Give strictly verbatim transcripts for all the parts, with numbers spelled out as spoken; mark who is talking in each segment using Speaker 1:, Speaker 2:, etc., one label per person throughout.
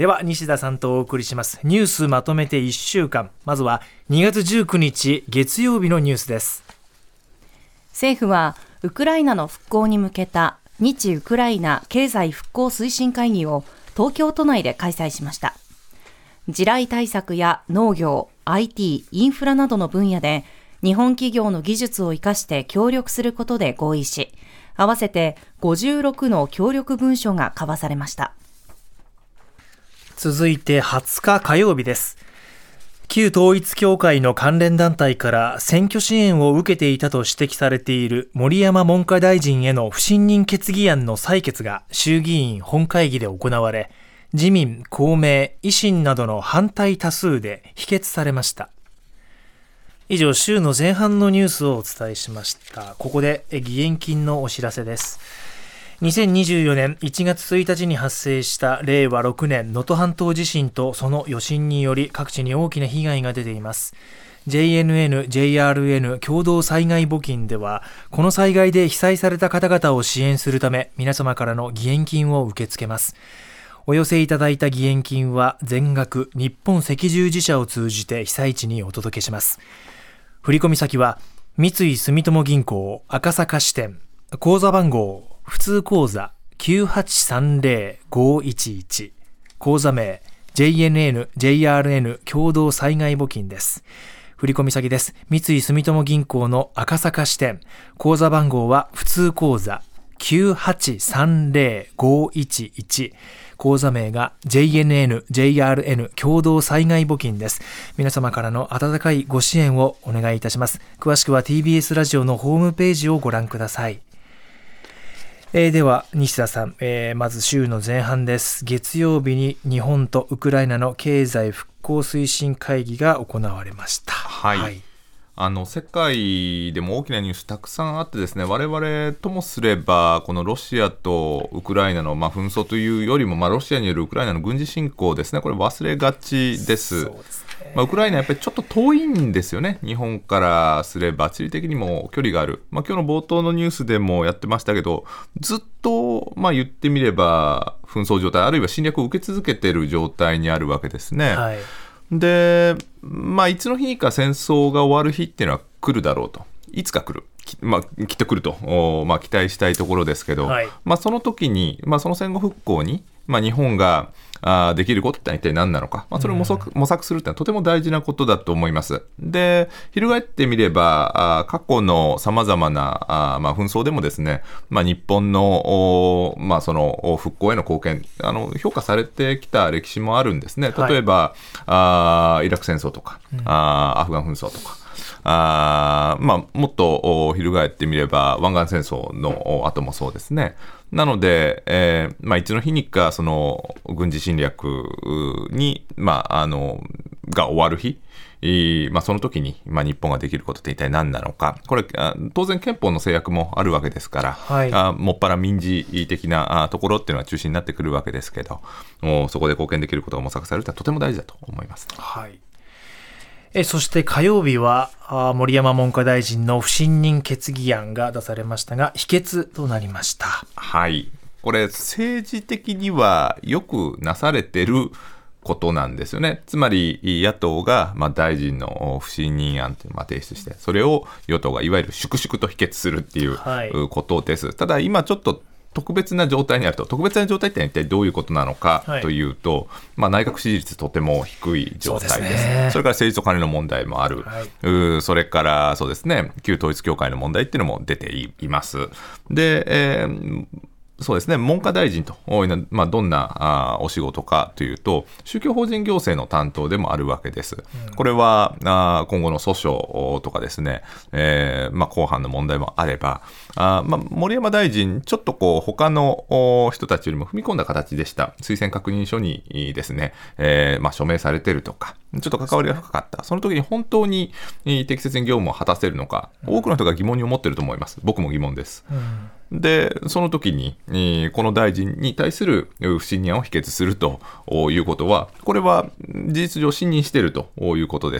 Speaker 1: では西田さんとお送りしますニュースまとめていっしゅうかん。まずはにがつじゅうくにち月曜日のニュースです。
Speaker 2: 政府はウクライナの復興に向けた日ウクライナ経済復興推進会議を東京都内で開催しました。地雷対策や農業、アイティー、インフラなどの分野で日本企業の技術を生かして協力することで合意し、合わせてごじゅうろくの協力文書が交わされました。
Speaker 1: 続いてはつか火曜日です。旧統一教会の関連団体から選挙支援を受けていたと指摘されている森山文科大臣への不信任決議案の採決が衆議院本会議で行われ、自民、公明、維新などの反対多数で否決されました。以上、週の前半のニュースをお伝えしました。ここで義援金のお知らせです。にせんにじゅうよねんいちがつついたちに発生したれいわろくねん能登半島地震とその余震により各地に大きな被害が出ています。 ジェイエヌエヌ、ジェイアールエヌ 共同災害募金ではこの災害で被災された方々を支援するため皆様からの義援金を受け付けます。お寄せいただいた義援金は全額日本赤十字社を通じて被災地にお届けします。振込先は三井住友銀行赤坂支店、口座番号普通口座 きゅうはちさんぜろごいちいち、 口座名 ジェイエヌエヌ、ジェイアールエヌ 共同災害募金です。振込先です。三井住友銀行の赤坂支店、口座番号は普通口座 きゅうはちさんぜろごいちいち、口座名が ジェイエヌエヌ、ジェイアールエヌ 共同災害募金です。皆様からの温かいご支援をお願いいたします。詳しくは ティービーエス ラジオのホームページをご覧ください。えー、では西田さん、えー、まず週の前半です。月曜日に日本とウクライナの経済復興推進会議が行われました。
Speaker 3: はい、はい、あの世界でも大きなニュースたくさんあってですね、我々ともすればこのロシアとウクライナのまあ紛争というよりも、まあ、ロシアによるウクライナの軍事侵攻ですね、これ忘れがちです。そうですね。まあ、ウクライナやっぱりちょっと遠いんですよね。日本からすれば地理的にも距離がある、まあ、今日の冒頭のニュースでもやってましたけど、ずっとまあ言ってみれば紛争状態、あるいは侵略を受け続けている状態にあるわけですね。はい、で、まあ、いつの日か戦争が終わる日っていうのは来るだろうと、いつか来る、き,、まあ、きっと来ると、まあ、期待したいところですけど、はい、まあ、その時に、まあ、その戦後復興に、まあ、日本があできることって一体何なのか、まあ、それを模索、模索するってのはとても大事なことだと思います。で、翻ってみればあ過去のさまざまなあ、まあ、紛争でもですね、まあ、日本の、まあ、その復興への貢献、あの評価されてきた歴史もあるんですね。例えば、はい、あイラク戦争とか、うん、あアフガン紛争とか、あ、まあ、もっと翻ってみれば湾岸戦争の後もそうですね。なので、えーまあ、いつの日にかその軍事侵略に、まあ、あのが終わる日、まあ、その時に、まあ、日本ができることって一体何なのか、これ当然憲法の制約もあるわけですから、はい、あもっぱら民事的なところっていうのは中心になってくるわけですけど、そこで貢献できることが模索されるとはとても大事だと思います。
Speaker 1: はい。えそして火曜日は森山文科大臣の不信任決議案が出されましたが否決となりました。
Speaker 3: はい、これ政治的にはよくなされてることなんですよね。つまり野党がまあ大臣の不信任案というのを提出して、それを与党がいわゆる粛々と否決するっていうことです。はい、ただ今ちょっと特別な状態にあると。特別な状態って一体どういうことなのかというと、はい、まあ、内閣支持率とても低い状態です。 そうですね。それから政治と金の問題もある、はい、うそれからそうですね、旧統一教会の問題っていうのも出ています。で、えーそうですね、文科大臣というのは、まあ、どんなあお仕事かというと、宗教法人行政の担当でもあるわけです。うん、これはあ今後の訴訟とかですね、えーまあ、公判の問題もあれば、あ、まあ、森山大臣、ちょっとこう他の人たちよりも踏み込んだ形でした。推薦確認書にですね、えーまあ、署名されているとか、ちょっと関わりが深かった。その時に本当に適切に業務を果たせるのか、多くの人が疑問に思っていると思います。僕も疑問です。うん、で、その時に、この大臣に対する不信任案を否決するということは、これは事実上信任しているということです。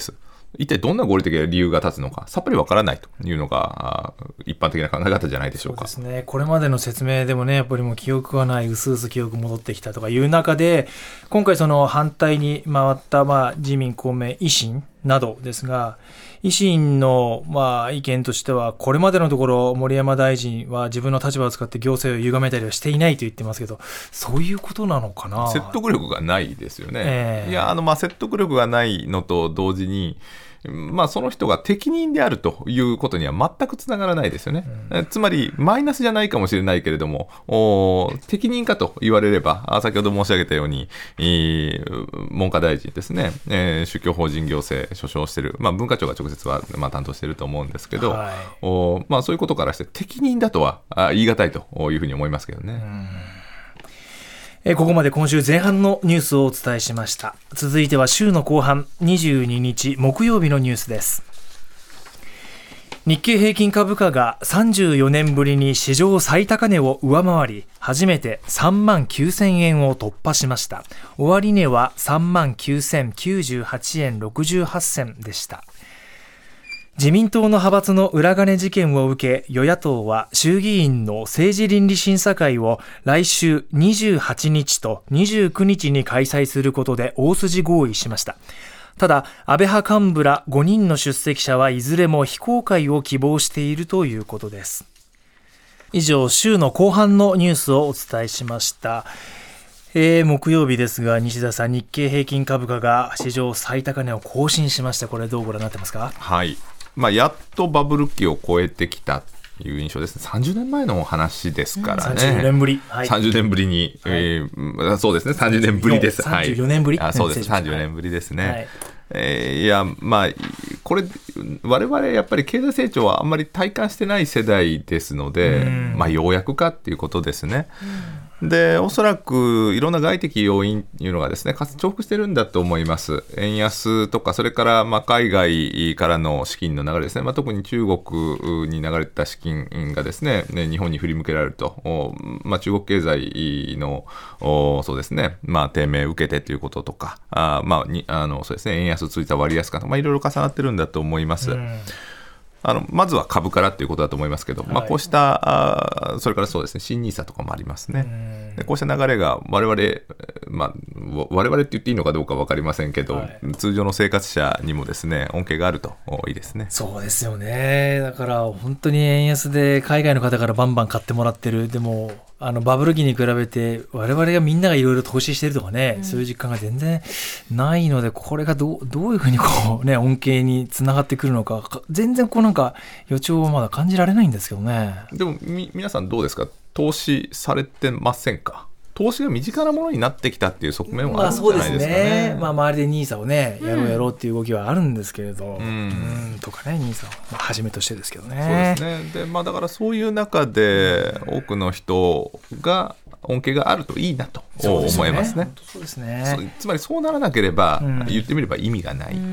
Speaker 3: 一体どんな合理的な理由が立つのかさっぱりわからないというのが一般的な考え方じゃないでしょうか。
Speaker 1: そうですね、これまでの説明でもねやっぱりもう記憶がない、うすうす記憶戻ってきたとかいう中で、今回その反対に回ったまあ自民公明維新などですが、維新のまあ意見としては、これまでのところ森山大臣は自分の立場を使って行政を歪めたりはしていないと言ってますけど、そういうことなのかな。
Speaker 3: 説得力がないですよね、
Speaker 1: えー、
Speaker 3: いやあのまあ説得力がないのと同時に、まあ、その人が適任であるということには全くつながらないですよね、うん、つまりマイナスじゃないかもしれないけれども、適任かと言われれば、先ほど申し上げたように、えー、文科大臣ですね、えー、宗教法人行政所掌している、まあ、文化庁が直接は、まあ、担当していると思うんですけど、はい、おまあ、そういうことからして適任だとは言い難いというふうに思いますけどね。
Speaker 1: うん、ここまで今週前半のニュースをお伝えしました。続いては週の後半、にじゅうににち木曜日のニュースです。日経平均株価がさんじゅうよねんぶりに史上最高値を上回り、初めてさんまんきゅうせんえんを突破しました。終値はさんまんきゅうせんきゅうじゅうはちえんろくじゅうはちせんでした。自民党の派閥の裏金事件を受け、与野党は衆議院の政治倫理審査会を来週にじゅうはちにちとにじゅうくにちに開催することで大筋合意しました。ただ、安倍派幹部らごにんの出席者はいずれも非公開を希望しているということです。以上、週の後半のニュースをお伝えしました。えー、木曜日ですが、西田さん、日経平均株価が史上最高値を更新しました。これどうご覧になってますか？
Speaker 3: はい、まあ、やっとバブル期を超えてきたという印象ですね。さんじゅうねんまえの話ですからね。
Speaker 1: さんじゅうねんぶり、はい、
Speaker 3: さんじゅうねんぶりに、はい、えー、そうですね、さんじゅうねんぶりです。
Speaker 1: さんじゅうよねんぶり、
Speaker 3: はい、あ、そうです、さんじゅうよねんぶりですね。はい、えー、いや、まあ、これ我々やっぱり経済成長はあんまり体感してない世代ですので、まあ、ようやくかっていうことですね。で、おそらくいろんな外的要因というのがですね、重複してるんだと思います。円安とか、それからまあ海外からの資金の流れですね、まあ、特に中国に流れた資金がですね、日本に振り向けられると、まあ、中国経済のそうですね、まあ、低迷を受けてということとか、あ、まあ、にあのそうですね、円安ついた割安感とか、まあ、いろいろ重なってるんだと思います。うん、あのまずは株からということだと思いますけど、はい、まあ、こうしたあそれからそうですね、新ニーサとかもありますね。でこうした流れが我々、まあ、我々って言っていいのかどうか分かりませんけど、はい、通常の生活者にもですね、恩恵があるといいですね。
Speaker 1: そうですよね。だから本当に円安で海外の方からバンバン買ってもらってる。でもあのバブル期に比べて我々がみんながいろいろ投資してるとかね、うん、そういう実感が全然ないので、これがどう、どういうふうにこう、ね、恩恵につながってくるのか、全然こうなんか予兆はまだ感じられないんですけどね。
Speaker 3: でもみ皆さんどうですか、投資されてませんか？投資が身近なものになってきたっていう側面はあるんじゃないですかね。まあ、そうですね。まあ、
Speaker 1: 周りでニーサをね、やろうやろうっていう動きはあるんですけれど、うん、うんとかね、ニーサをはじめとしてですけどね。
Speaker 3: そうですね。で、まあ、だからそういう中で多くの人が恩恵があるといいなと思いますね。
Speaker 1: そうですね。
Speaker 3: つまりそうならなければ、うん、言ってみれば意味がない、うん、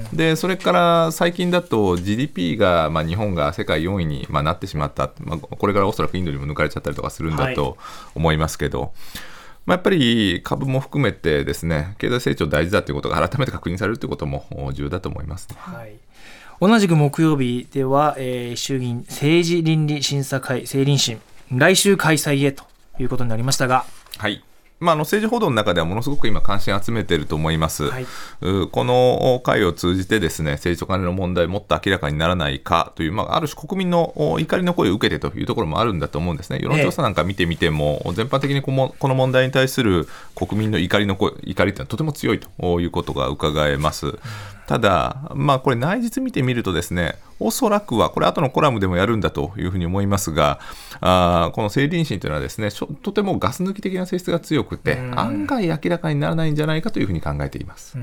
Speaker 3: でそれから最近だと ジーディーピー が、まあ、日本が世界よんいに、まあ、なってしまった、まあ、これからおそらくインドにも抜かれちゃったりとかするんだと思いますけど、はい、まあ、やっぱり株も含めてですね、経済成長大事だということが改めて確認されるということも重要だと思います、ね。
Speaker 1: はい、同じく木曜日では、えー、衆議院政治倫理審査会政倫審、来週開催へということになりましたが、
Speaker 3: はい、まあ、あの政治報道の中ではものすごく今関心を集めていると思います、はい、この会を通じてですね、政治と金の問題もっと明らかにならないかという、まあ、ある種国民の怒りの声を受けてというところもあるんだと思うんですね。世論調査なんか見てみても、ええ、全般的にこの、この問題に対する国民の怒りの声、怒りというのはとても強いということが伺えます。うん、ただ、まあ、これ内実見てみるとですね、おそらくはこれ後のコラムでもやるんだというふうに思いますが、あこの政倫審というのはですね、とてもガス抜き的な性質が強くて、案外明らかにならないんじゃないかというふうに考えています。
Speaker 1: うん、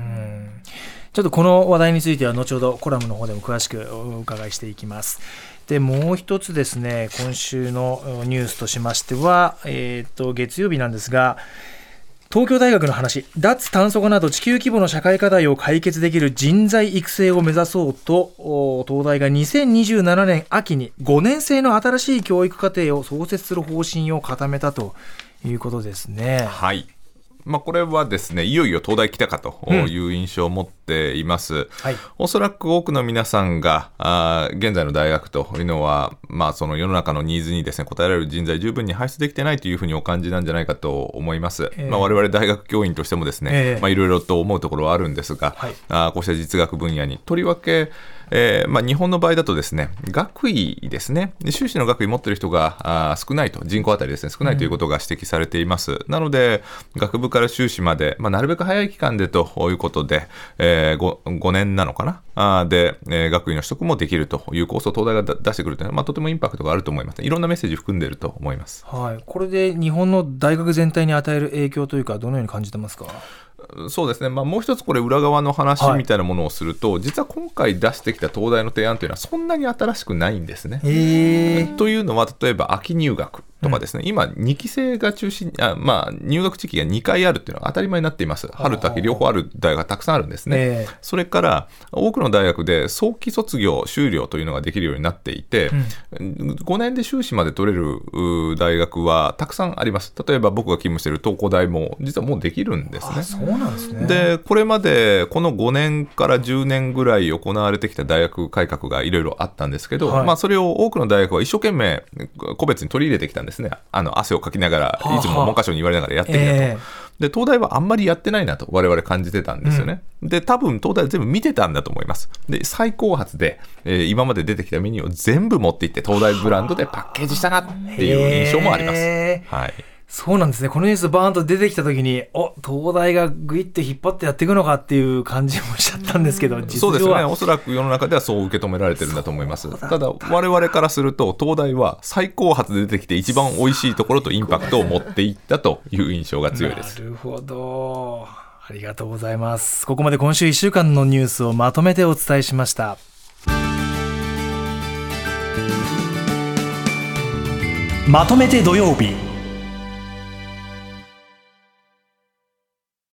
Speaker 1: ちょっとこの話題については後ほどコラムの方でも詳しくお伺いしていきます。で、もう一つですね、今週のニュースとしましては、えー、と月曜日なんですが、東京大学の話、脱炭素化など地球規模の社会課題を解決できる人材育成を目指そうと、東大がにせんにじゅうななねん秋にごねん生の新しい教育課程を創設する方針を固めたということですね。
Speaker 3: はい、 まあ、これはですねいよいよ東大来たかという印象を持っています、うんはい、おそらく多くの皆さんがあ現在の大学というのは、まあ、その世の中のニーズにですね応えられる人材十分に輩出できてないというふうにお感じなんじゃないかと思います、えーまあ、我々大学教員としてもですね、えーまあ、いろいろと思うところはあるんですが、はい、あこうした実学分野にとりわけえーまあ、日本の場合だとですね学位ですね修士の学位持っている人があ少ないと人口当たりですね少ないということが指摘されています、うん、なので学部から修士まで、まあ、なるべく早い期間でということで、えー、5, ごねんなのかなあで、えー、学位の取得もできるというコースを東大が出してくるというのは、まあ、とてもインパクトがあると思います。いろんなメッセージ含んでいると思います、
Speaker 1: はい、これで日本の大学全体に与える影響というかどのように感じてますか？
Speaker 3: そうですね、まあ、もう一つこれ裏側の話みたいなものをすると、はい、実は今回出してきた東大の提案というのはそんなに新しくないんですね。
Speaker 1: へー。
Speaker 3: というのは例えば秋入学とかですね、うん、今にき生が中心あ、まあ、入学時期がにかいあるっていうのが当たり前になっています。春と秋両方ある大学がたくさんあるんですね、えー、それから多くの大学で早期卒業修了というのができるようになっていて、うん、ごねんで修士まで取れる大学はたくさんあります。例えば僕が勤務している東工大も実はもうできるんですね。
Speaker 1: あ、そうなんですね。
Speaker 3: でこれまでこのごねんからじゅうねんぐらい行われてきた大学改革がいろいろあったんですけど、はい、まあ、それを多くの大学は一生懸命個別に取り入れてきたんですね。あの汗をかきながらいつも文科省に言われながらやってきたと、えー、で東大はあんまりやってないなと我々感じてたんですよね、うん、で多分東大は全部見てたんだと思います。で最高発で、えー、今まで出てきたメニューを全部持っていって東大ブランドでパッケージしたなっていう印象もあります、えーはい。
Speaker 1: そうなんですね。このニュースバーンと出てきたときに、お、東大がグイッと引っ張ってやっていくのかっていう感じもしちゃったんですけど、実
Speaker 3: そうですね。おそらく世の中ではそう受け止められてるんだと思います。ただ我々からすると東大は最高発で出てきて一番美味しいところとインパクトを持っていったという印象が強いです。
Speaker 1: なるほど。ありがとうございます。ここまで今週いっしゅうかんのニュースをまとめてお伝えしました。まとめて土曜日。